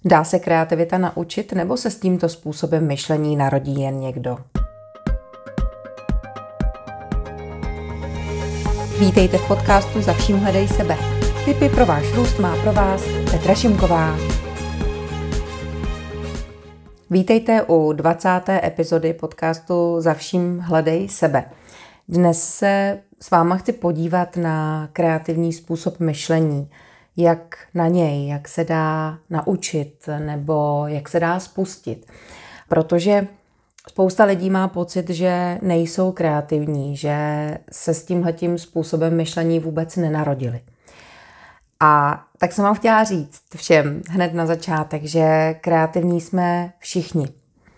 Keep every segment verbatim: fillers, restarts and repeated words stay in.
Dá se kreativita naučit, nebo se s tímto způsobem myšlení narodí jen někdo? Vítejte v podcastu Za vším hledej sebe. Tipy pro váš růst má pro vás Petra Šimková. Vítejte u dvacáté epizody podcastu Za vším hledej sebe. Dnes se s váma chci podívat na kreativní způsob myšlení, jak na něj, jak se dá naučit nebo jak se dá spustit. Protože spousta lidí má pocit, že nejsou kreativní, že se s tímhletím způsobem myšlení vůbec nenarodili. A tak jsem vám chtěla říct všem hned na začátek, že kreativní jsme všichni.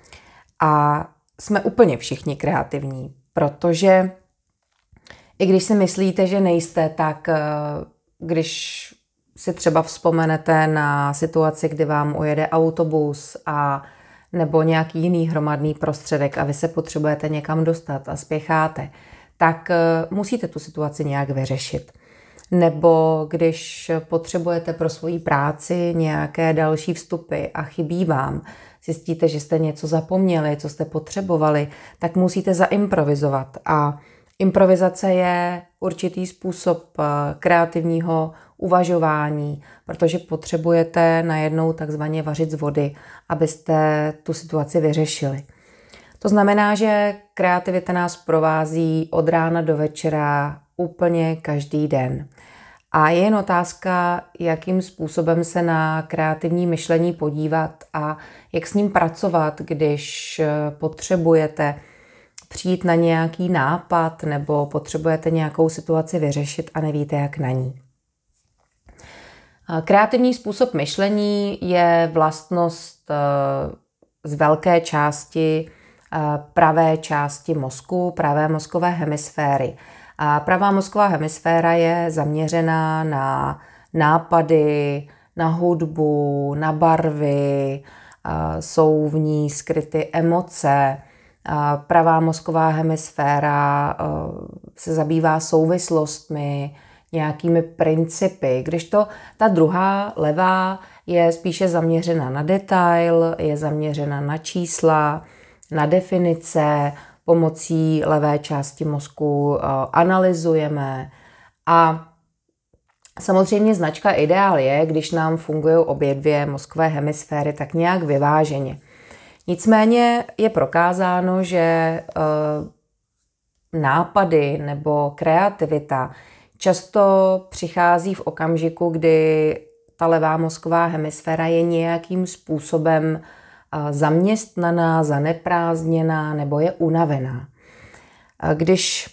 A jsme úplně všichni kreativní, protože i když si myslíte, že nejste, tak když si třeba vzpomenete na situaci, kdy vám ujede autobus a nebo nějaký jiný hromadný prostředek a vy se potřebujete někam dostat a spěcháte, tak musíte tu situaci nějak vyřešit. Nebo když potřebujete pro svoji práci nějaké další vstupy a chybí vám, zjistíte, že jste něco zapomněli, co jste potřebovali, tak musíte zaimprovizovat. A improvizace je určitý způsob kreativního uvažování, protože potřebujete najednou takzvaně vařit z vody, abyste tu situaci vyřešili. To znamená, že kreativita nás provází od rána do večera úplně každý den. A je jen otázka, jakým způsobem se na kreativní myšlení podívat a jak s ním pracovat, když potřebujete přijít na nějaký nápad nebo potřebujete nějakou situaci vyřešit a nevíte, jak na ní. Kreativní způsob myšlení je vlastnost z velké části pravé části mozku, pravé mozkové hemisféry. A pravá mozková hemisféra je zaměřená na nápady, na hudbu, na barvy, jsou v ní skryty emoce. Pravá mozková hemisféra se zabývá souvislostmi, nějakými principy, kdežto ta druhá, levá, je spíše zaměřena na detail, je zaměřena na čísla, na definice. Pomocí levé části mozku analyzujeme a samozřejmě značka ideál je, když nám fungují obě dvě mozkové hemisféry tak nějak vyváženě. Nicméně je prokázáno, že nápady nebo kreativita často přichází v okamžiku, kdy ta levá mozková hemisféra je nějakým způsobem zaměstnaná, zaneprázdněná nebo je unavená. Když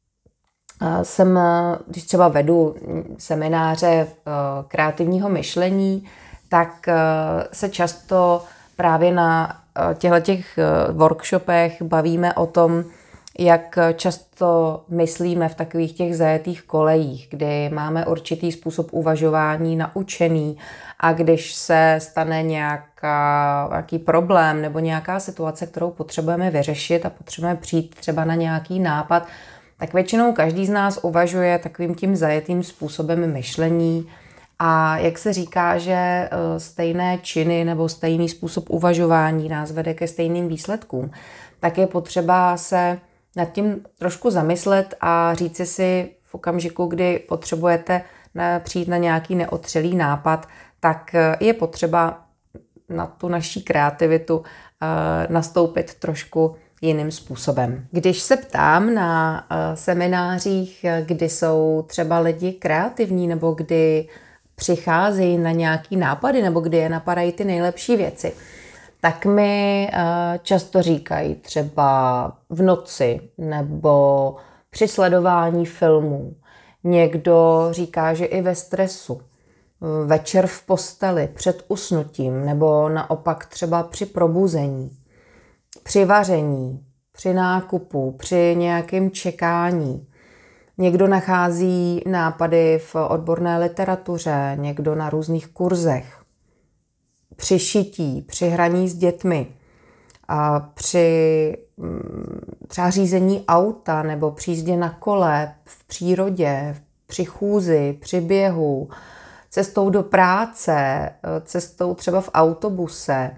jsem, když třeba vedu semináře kreativního myšlení, tak se často právě na těchto workshopech bavíme o tom, jak často myslíme v takových těch zajetých kolejích, kdy máme určitý způsob uvažování naučený a když se stane nějaká, nějaký problém nebo nějaká situace, kterou potřebujeme vyřešit a potřebujeme přijít třeba na nějaký nápad, tak většinou každý z nás uvažuje takovým tím zajetým způsobem myšlení a jak se říká, že stejné činy nebo stejný způsob uvažování nás vede ke stejným výsledkům, tak je potřeba se nad tím trošku zamyslet a říci si v okamžiku, kdy potřebujete přijít na nějaký neotřelý nápad, tak je potřeba na tu naší kreativitu nastoupit trošku jiným způsobem. Když se ptám na seminářích, kdy jsou třeba lidi kreativní nebo kdy přicházejí na nějaký nápady nebo kdy je napadají ty nejlepší věci, tak mi často říkají třeba v noci nebo při sledování filmů. Někdo říká, že i ve stresu, večer v posteli, před usnutím nebo naopak třeba při probuzení, při vaření, při nákupu, při nějakém čekání. Někdo nachází nápady v odborné literatuře, někdo na různých kurzech, při šití, při hraní s dětmi, a při třeba řízení auta nebo při jízdě na kole, v přírodě, při chůzi, při běhu. cestou do práce, cestou třeba v autobuse,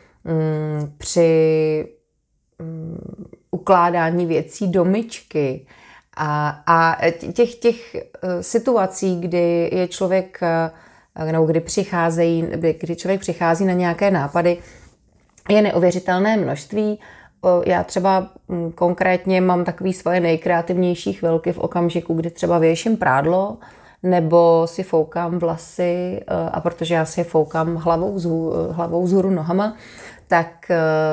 při ukládání věcí do myčky a, a těch, těch situací, kdy je člověk, nebo kdy přicházejí, kdy člověk přichází na nějaké nápady, je neuvěřitelné množství. Já třeba konkrétně mám takový svoje nejkreativnější chvilky v okamžiku, kdy třeba věším prádlo, nebo si foukám vlasy, a protože já si je foukám hlavou vzhůru, hlavou vzhůru nohama, tak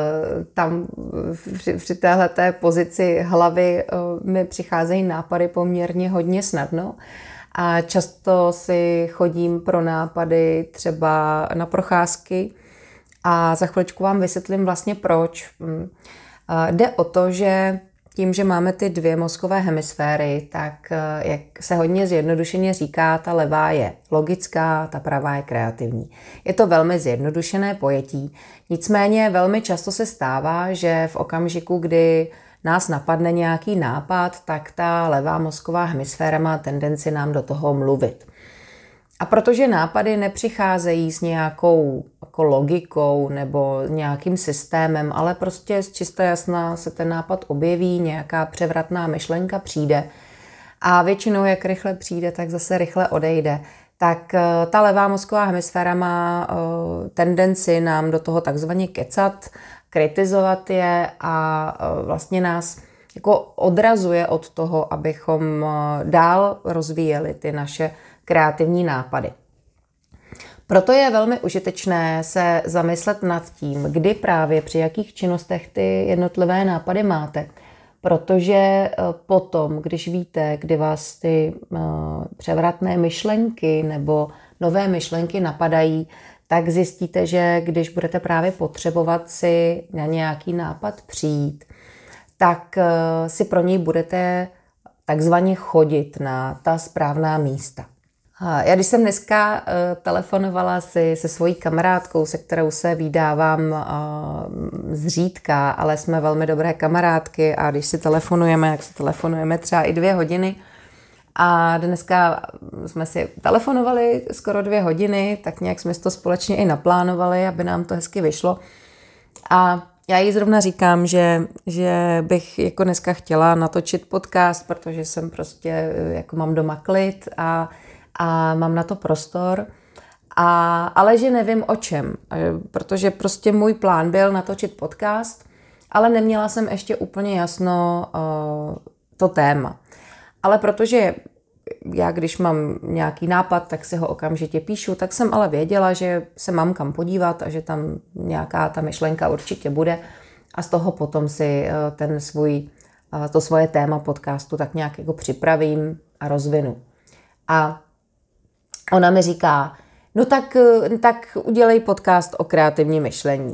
tam při, při téhleté pozici hlavy mi přicházejí nápady poměrně hodně snadno. A často si chodím pro nápady třeba na procházky a za chviličku vám vysvětlím vlastně proč. Jde o to, že tím, že máme ty dvě mozkové hemisféry, tak jak se hodně zjednodušeně říká, ta levá je logická, ta pravá je kreativní. Je to velmi zjednodušené pojetí, nicméně velmi často se stává, že v okamžiku, kdy nás napadne nějaký nápad, tak ta levá mozková hemisféra má tendenci nám do toho mluvit. A protože nápady nepřicházejí s nějakou jako logikou nebo nějakým systémem, ale prostě z čista jasna se ten nápad objeví, nějaká převratná myšlenka přijde a většinou, jak rychle přijde, tak zase rychle odejde, tak ta levá mozková hemisféra má tendenci nám do toho takzvaně kecat, kritizovat je a vlastně nás jako odrazuje od toho, abychom dál rozvíjeli ty naše kreativní nápady. Proto je velmi užitečné se zamyslet nad tím, kdy právě při jakých činnostech ty jednotlivé nápady máte. Protože potom, když víte, kdy vás ty převratné myšlenky nebo nové myšlenky napadají, tak zjistíte, že když budete právě potřebovat si na nějaký nápad přijít, tak si pro něj budete takzvaně chodit na ta správná místa. Já když jsem dneska telefonovala si se svojí kamarádkou, se kterou se vídávám zřídka, ale jsme velmi dobré kamarádky a když si telefonujeme, tak si telefonujeme třeba i dvě hodiny. A dneska jsme si telefonovali skoro dvě hodiny, tak nějak jsme si to společně i naplánovali, aby nám to hezky vyšlo. A já jí zrovna říkám, že, že bych jako dneska chtěla natočit podcast, protože jsem prostě, jako mám doma klid a, a mám na to prostor. A, ale že nevím o čem, protože prostě můj plán byl natočit podcast, ale neměla jsem ještě úplně jasno uh, to téma. Ale protože já, když mám nějaký nápad, tak si ho okamžitě píšu, tak jsem ale věděla, že se mám kam podívat a že tam nějaká ta myšlenka určitě bude a z toho potom si ten svůj, to svoje téma podcastu tak nějak jako připravím a rozvinu. A ona mi říká, no tak, tak udělej podcast o kreativním myšlení.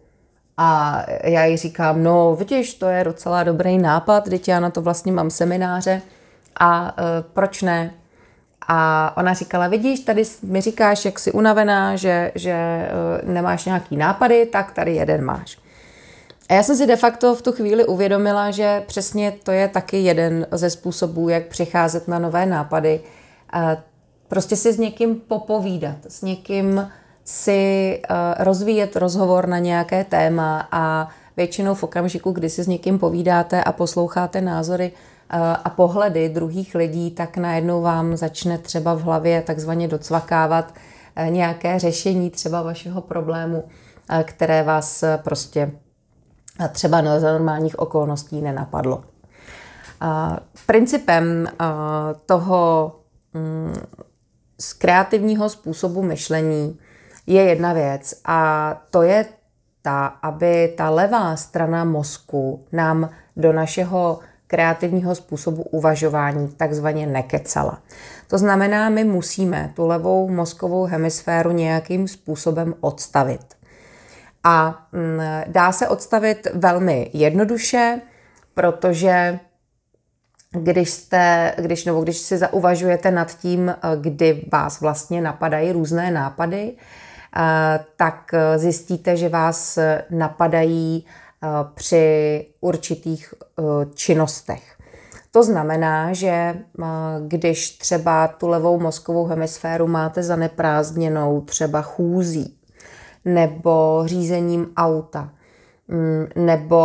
A já jí říkám, no vidíš, to je docela dobrý nápad, teď já na to vlastně mám semináře a e, proč ne? A ona říkala, vidíš, tady mi říkáš, jak jsi unavená, že, že e, nemáš nějaký nápady, tak tady jeden máš. A já jsem si de facto v tu chvíli uvědomila, že přesně to je taky jeden ze způsobů, jak přicházet na nové nápady. E, prostě si s někým popovídat, s někým si uh, rozvíjet rozhovor na nějaké téma a většinou v okamžiku, kdy si s někým povídáte a posloucháte názory uh, a pohledy druhých lidí, tak najednou vám začne třeba v hlavě takzvaně docvakávat uh, nějaké řešení třeba vašeho problému, uh, které vás uh, prostě uh, třeba na normálních okolností nenapadlo. Uh, principem uh, toho um, z kreativního způsobu myšlení je jedna věc a to je ta, aby ta levá strana mozku nám do našeho kreativního způsobu uvažování takzvaně nekecala. To znamená, my musíme tu levou mozkovou hemisféru nějakým způsobem odstavit. A dá se odstavit velmi jednoduše, protože Když, jste, když, nebo když si zauvažujete nad tím, kdy vás vlastně napadají různé nápady, tak zjistíte, že vás napadají při určitých činnostech. To znamená, že když třeba tu levou mozkovou hemisféru máte zaneprázdněnou třeba chůzí nebo řízením auta, nebo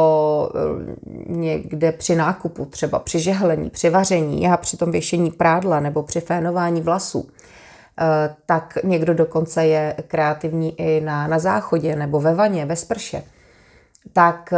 někde při nákupu, třeba při žehlení, při vaření, já při tom věšení prádla nebo při fénování vlasů, tak někdo dokonce je kreativní i na, na záchodě nebo ve vaně, ve sprše. Tak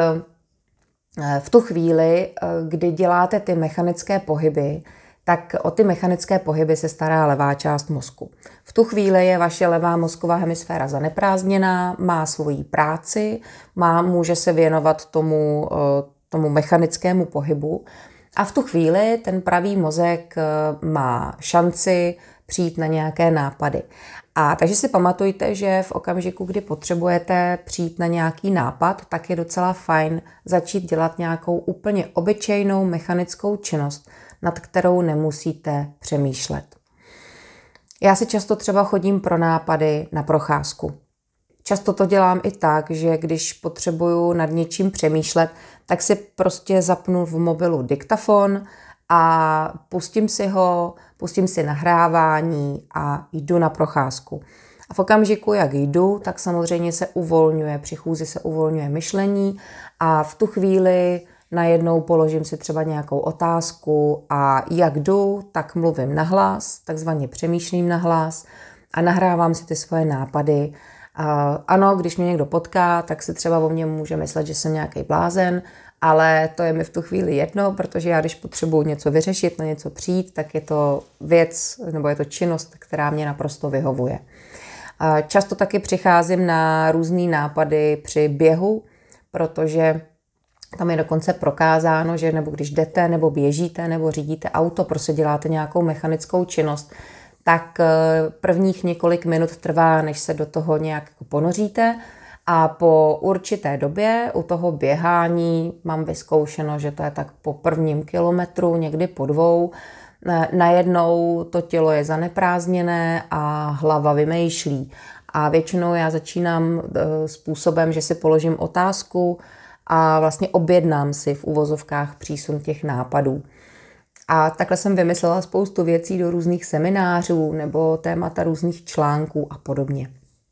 v tu chvíli, kdy děláte ty mechanické pohyby, tak o ty mechanické pohyby se stará levá část mozku. V tu chvíli je vaše levá mozková hemisféra zaneprázdněná, má svoji práci, má, může se věnovat tomu, tomu mechanickému pohybu a v tu chvíli ten pravý mozek má šanci přijít na nějaké nápady. A takže si pamatujte, že v okamžiku, kdy potřebujete přijít na nějaký nápad, tak je docela fajn začít dělat nějakou úplně obyčejnou mechanickou činnost, nad kterou nemusíte přemýšlet. Já si často třeba chodím pro nápady na procházku. Často to dělám i tak, že když potřebuju nad něčím přemýšlet, tak si prostě zapnu v mobilu diktafon a pustím si ho, pustím si nahrávání a jdu na procházku. A v okamžiku, jak jdu, tak samozřejmě se uvolňuje, při chůzi se uvolňuje myšlení a v tu chvíli najednou položím si třeba nějakou otázku a jak jdu, tak mluvím nahlas, takzvaně přemýšlím nahlas a nahrávám si ty svoje nápady. Ano, když mě někdo potká, tak si třeba o mě může myslet, že jsem nějaký blázen, ale to je mi v tu chvíli jedno, protože já, když potřebuji něco vyřešit, na něco přijít, tak je to věc nebo je to činnost, která mě naprosto vyhovuje. Často taky přicházím na různé nápady při běhu, protože tam je dokonce prokázáno, že nebo když jdete, nebo běžíte, nebo řídíte auto, prostě děláte nějakou mechanickou činnost, tak prvních několik minut trvá, než se do toho nějak ponoříte a po určité době u toho běhání mám vyzkoušeno, že to je tak po prvním kilometru, někdy po dvou, najednou to tělo je zaneprázdněné a hlava vymýšlí. A většinou já začínám způsobem, že si položím otázku a vlastně objednám si v uvozovkách přísun těch nápadů. A takhle jsem vymyslela spoustu věcí do různých seminářů nebo témata různých článků a podobně.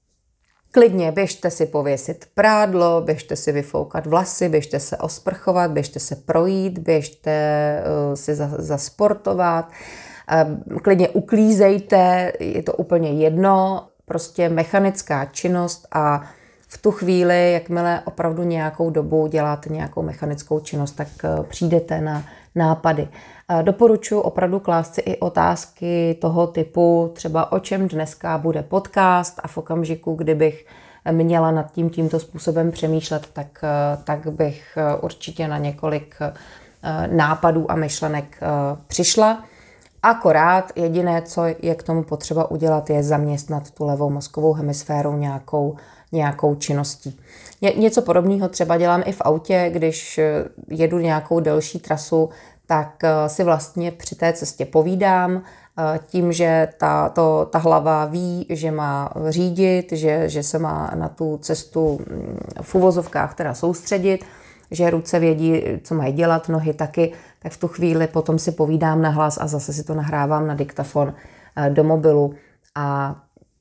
Klidně běžte si pověsit prádlo, běžte si vyfoukat vlasy, běžte se osprchovat, běžte se projít, běžte uh, si zasportovat, uh, klidně uklízejte, je to úplně jedno, prostě mechanická činnost a v tu chvíli, jakmile opravdu nějakou dobu děláte nějakou mechanickou činnost, tak uh, přijdete na nápady. Uh, doporučuji opravdu klást si i otázky toho typu, třeba o čem dneska bude podcast a v okamžiku, kdybych měla nad tím tímto způsobem přemýšlet, tak, uh, tak bych uh, určitě na několik uh, nápadů a myšlenek uh, přišla. Akorát jediné, co je k tomu potřeba udělat, je zaměstnat tu levou mozkovou hemisféru nějakou, nějakou činností. Ně, něco podobného třeba dělám i v autě, když jedu nějakou delší trasu, tak si vlastně při té cestě povídám tím, že ta, to, ta hlava ví, že má řídit, že, že se má na tu cestu v uvozovkách teda soustředit, že ruce vědí, co mají dělat, nohy taky, tak v tu chvíli potom si povídám nahlas a zase si to nahrávám na diktafon do mobilu a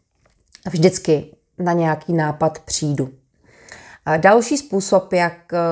vždycky na nějaký nápad přijdu. Další způsob, jak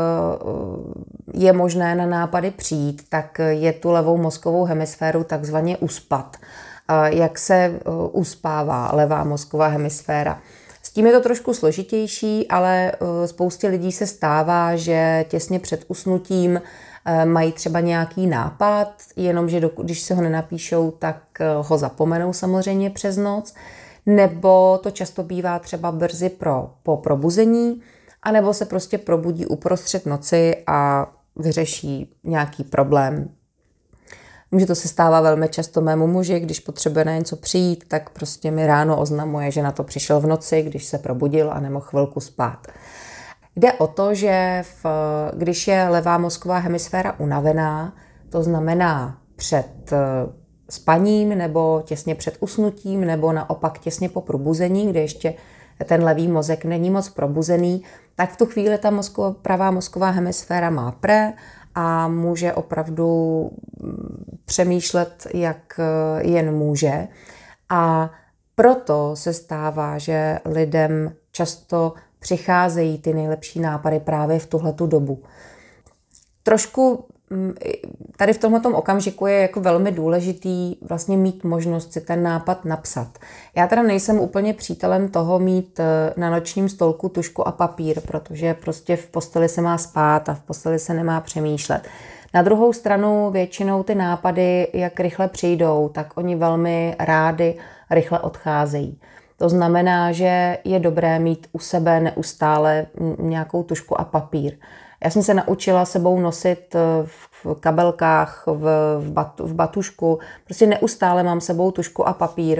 je možné na nápady přijít, tak je tu levou mozkovou hemisféru takzvaně uspat. Jak se uspává levá mozková hemisféra? S tím je to trošku složitější, ale spoustě lidí se stává, že těsně před usnutím mají třeba nějaký nápad, jenomže když se ho nenapíšou, tak ho zapomenou samozřejmě přes noc, nebo to často bývá třeba brzy pro, po probuzení, anebo se prostě probudí uprostřed noci a vyřeší nějaký problém. Může to se stává velmi často mému muži, když potřebuje na něco přijít, tak prostě mi ráno oznamuje, že na to přišel v noci, když se probudil a nemohl chvilku spát. Jde o to, že v, když je levá mozková hemisféra unavená, to znamená před spaním nebo těsně před usnutím nebo naopak těsně po probuzení, kde ještě ten levý mozek není moc probuzený, tak v tu chvíli ta mozko, pravá mozková hemisféra má pre a může opravdu přemýšlet, jak jen může. A proto se stává, že lidem často přicházejí ty nejlepší nápady právě v tuhletu dobu. Trošku tady v tomhletom okamžiku je jako velmi důležitý vlastně mít možnost si ten nápad napsat. Já teda nejsem úplně přítelem toho mít na nočním stolku tužku a papír, protože prostě v posteli se má spát a v posteli se nemá přemýšlet. Na druhou stranu většinou ty nápady, jak rychle přijdou, tak oni velmi rádi rychle odcházejí. To znamená, že je dobré mít u sebe neustále nějakou tužku a papír. Já jsem se naučila sebou nosit v kabelkách, v, v, bat, v batušku. Prostě neustále mám sebou tužku a papír.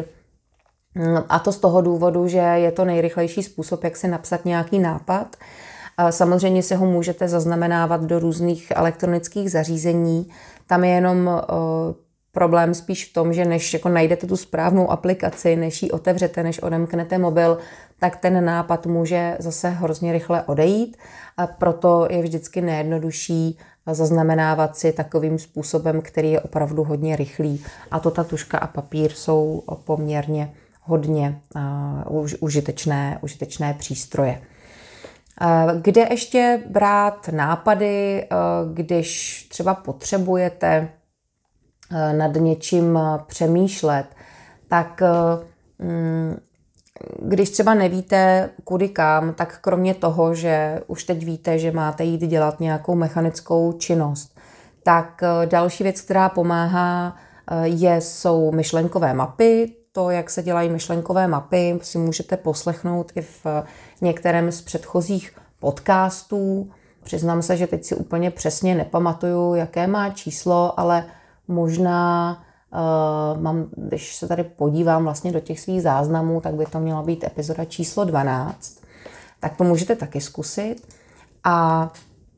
A to z toho důvodu, že je to nejrychlejší způsob, jak si napsat nějaký nápad. Samozřejmě si ho můžete zaznamenávat do různých elektronických zařízení. Tam je jenom problém spíš v tom, že než jako najdete tu správnou aplikaci, než ji otevřete, než odemknete mobil, tak ten nápad může zase hrozně rychle odejít. A proto je vždycky nejjednodušší zaznamenávat si takovým způsobem, který je opravdu hodně rychlý. A to ta tužka a papír jsou poměrně hodně uh, užitečné, užitečné přístroje. Uh, kde ještě brát nápady, uh, když třeba potřebujete uh, nad něčím přemýšlet, tak uh, um, když třeba nevíte kudy kam, tak kromě toho, že už teď víte, že máte jít dělat nějakou mechanickou činnost, tak další věc, která pomáhá, je, jsou myšlenkové mapy. To, jak se dělají myšlenkové mapy, si můžete poslechnout i v některém z předchozích podcastů. Přiznám se, že teď si úplně přesně nepamatuju, jaké má číslo, ale možná Uh, mám, když se tady podívám vlastně do těch svých záznamů, tak by to měla být epizoda číslo dvanáct. Tak to můžete taky zkusit. A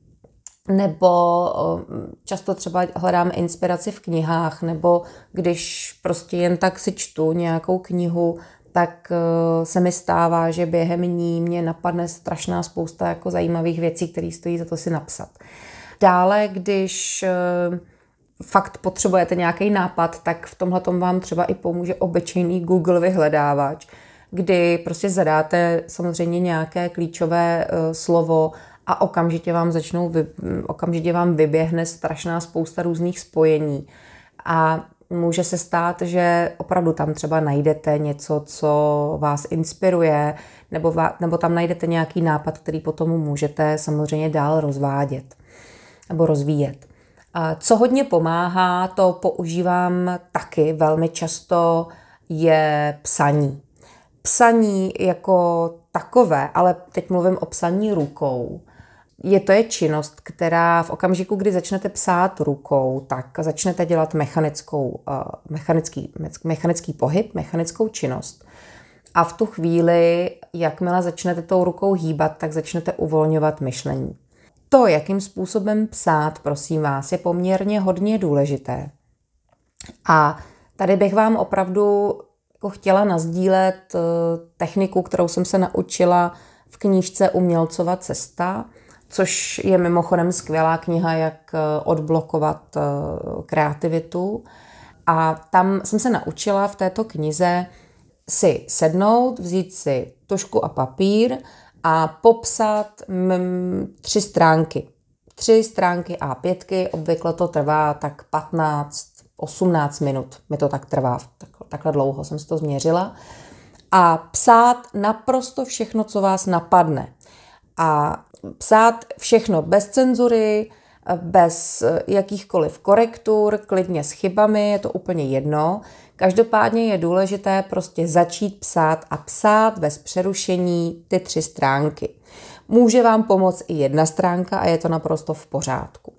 nebo uh, často třeba hledám inspiraci v knihách, nebo když prostě jen tak si čtu nějakou knihu, tak uh, se mi stává, že během ní mě napadne strašná spousta jako zajímavých věcí, které stojí za to si napsat. Dále, když uh, fakt potřebujete nějaký nápad, tak v tomhletom vám třeba i pomůže obyčejný Google vyhledávač, kdy prostě zadáte samozřejmě nějaké klíčové uh, slovo a okamžitě vám začnou, vy, okamžitě vám vyběhne strašná spousta různých spojení. A může se stát, že opravdu tam třeba najdete něco, co vás inspiruje, nebo, va, nebo tam najdete nějaký nápad, který potom můžete samozřejmě dál rozvádět nebo rozvíjet. Co hodně pomáhá, to používám taky velmi často, je psaní. Psaní jako takové, ale teď mluvím o psaní rukou. Je to je činnost, která v okamžiku, kdy začnete psát rukou, tak začnete dělat mechanickou, mechanický, mechanický pohyb, mechanickou činnost. A v tu chvíli, jakmile začnete tou rukou hýbat, tak začnete uvolňovat myšlení. To, jakým způsobem psát, prosím vás, je poměrně hodně důležité. A tady bych vám opravdu jako chtěla nasdílet techniku, kterou jsem se naučila v knížce Umělcova cesta, což je mimochodem skvělá kniha, jak odblokovat kreativitu. A tam jsem se naučila v této knize si sednout, vzít si tužku a papír a popsat mm, tři stránky. Tři stránky á pět, obvykle to trvá tak patnáct osmnáct minut. Mi to tak trvá, tak, takhle dlouho jsem si to změřila. A psát naprosto všechno, co vás napadne. A psát všechno bez cenzury, bez jakýchkoliv korektur, klidně s chybami, je to úplně jedno. Každopádně je důležité prostě začít psát a psát bez přerušení ty tři stránky. Může vám pomoct i jedna stránka a je to naprosto v pořádku.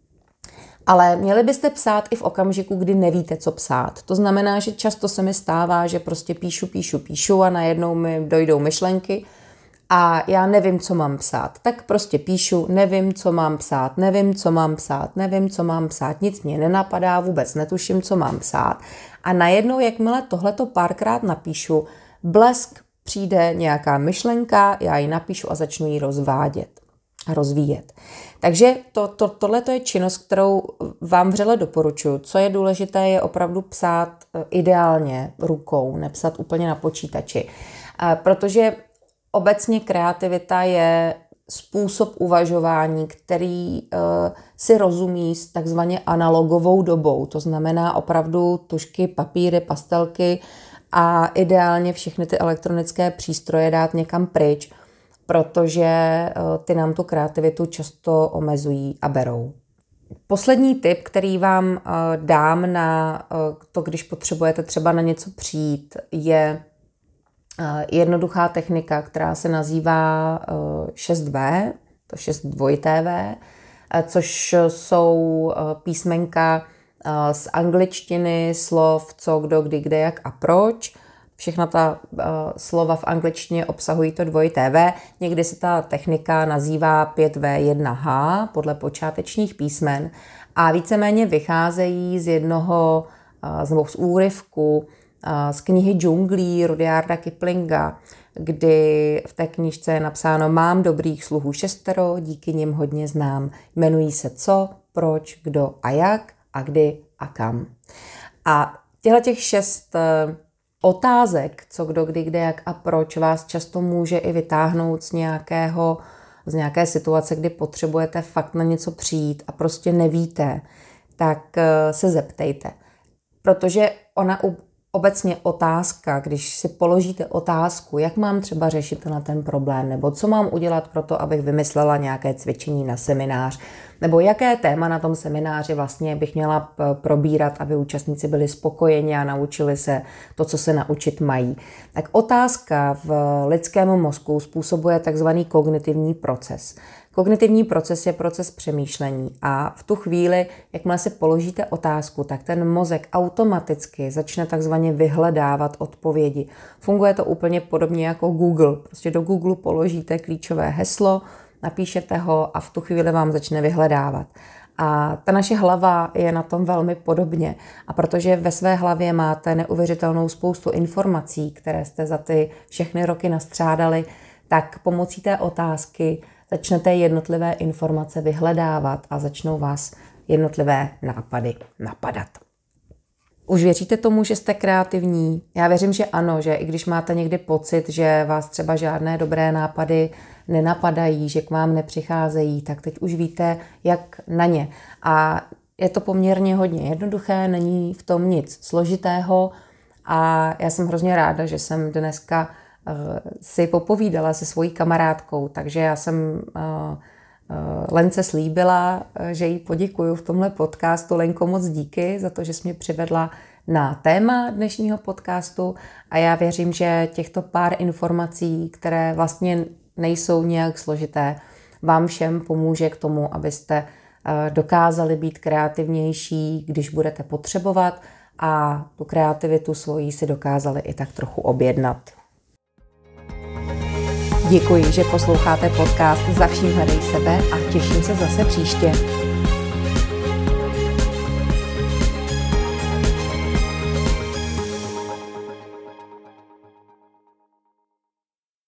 Ale měli byste psát i v okamžiku, kdy nevíte, co psát. To znamená, že často se mi stává, že prostě píšu, píšu, píšu a najednou mi dojdou myšlenky a já nevím, co mám psát. Tak prostě píšu, nevím, co mám psát, nevím, co mám psát, nevím, co mám psát, nic mě nenapadá, vůbec netuším, co mám psát. A najednou, jakmile tohleto párkrát napíšu, blesk, přijde nějaká myšlenka, já ji napíšu a začnu ji rozvádět. rozvíjet. Takže to, to, tohle je činnost, kterou vám vřele doporučuji. Co je důležité, je opravdu psát ideálně rukou, nepsat úplně na počítači. Protože obecně kreativita je způsob uvažování, který uh, si rozumí s takzvaně analogovou dobou. To znamená opravdu tužky, papíry, pastelky a ideálně všechny ty elektronické přístroje dát někam pryč, protože uh, ty nám tu kreativitu často omezují a berou. Poslední tip, který vám uh, dám na uh, to, když potřebujete třeba na něco přijít, je jednoduchá technika, která se nazývá šest vé, to šest dvojité V, což jsou písmenka z angličtiny, slov co, kdo, kdy, kde, jak a proč. Všechna ta slova v angličtině obsahují to dvojité V. Někdy se ta technika nazývá pět vé jedna há podle počátečních písmen a víceméně vycházejí z jednoho nebo z úryvku z knihy Džunglí Rudyarda Kiplinga, kdy v té knížce je napsáno: mám dobrých sluhů šestero, díky nim hodně znám. Jmenují se co, proč, kdo a jak a kdy a kam. A těchto těch šest otázek, co, kdo, kdy, kde, jak a proč, vás často může i vytáhnout z nějakého, z nějaké situace, kdy potřebujete fakt na něco přijít a prostě nevíte, tak se zeptejte. Protože ona obecně otázka, když si položíte otázku, jak mám třeba řešit na ten problém, nebo co mám udělat pro to, abych vymyslela nějaké cvičení na seminář, nebo jaké téma na tom semináři vlastně bych měla probírat, aby účastníci byli spokojeni a naučili se to, co se naučit mají. Tak otázka v lidském mozku způsobuje takzvaný kognitivní proces. Kognitivní proces je proces přemýšlení a v tu chvíli, jakmile si položíte otázku, tak ten mozek automaticky začne takzvaně vyhledávat odpovědi. Funguje to úplně podobně jako Google. Prostě do Google položíte klíčové heslo, napíšete ho a v tu chvíli vám začne vyhledávat. A ta naše hlava je na tom velmi podobně. A protože ve své hlavě máte neuvěřitelnou spoustu informací, které jste za ty všechny roky nastřádali, tak pomocí té otázky začnete jednotlivé informace vyhledávat a začnou vás jednotlivé nápady napadat. Už věříte tomu, že jste kreativní? Já věřím, že ano, že i když máte někdy pocit, že vás třeba žádné dobré nápady nenapadají, že k vám nepřicházejí, tak teď už víte, jak na ně. A je to poměrně hodně jednoduché, není v tom nic složitého a já jsem hrozně ráda, že jsem dneska si popovídala se svojí kamarádkou, takže já jsem uh, uh, Lence slíbila, že jí poděkuju v tomhle podcastu. Lenko, moc díky za to, že jsi mě přivedla na téma dnešního podcastu a já věřím, že těchto pár informací, které vlastně nejsou nějak složité, vám všem pomůže k tomu, abyste uh, dokázali být kreativnější, když budete potřebovat a tu kreativitu svoji si dokázali i tak trochu objednat. Děkuji, že posloucháte podcast Za vším hledej sebe a těším se zase příště.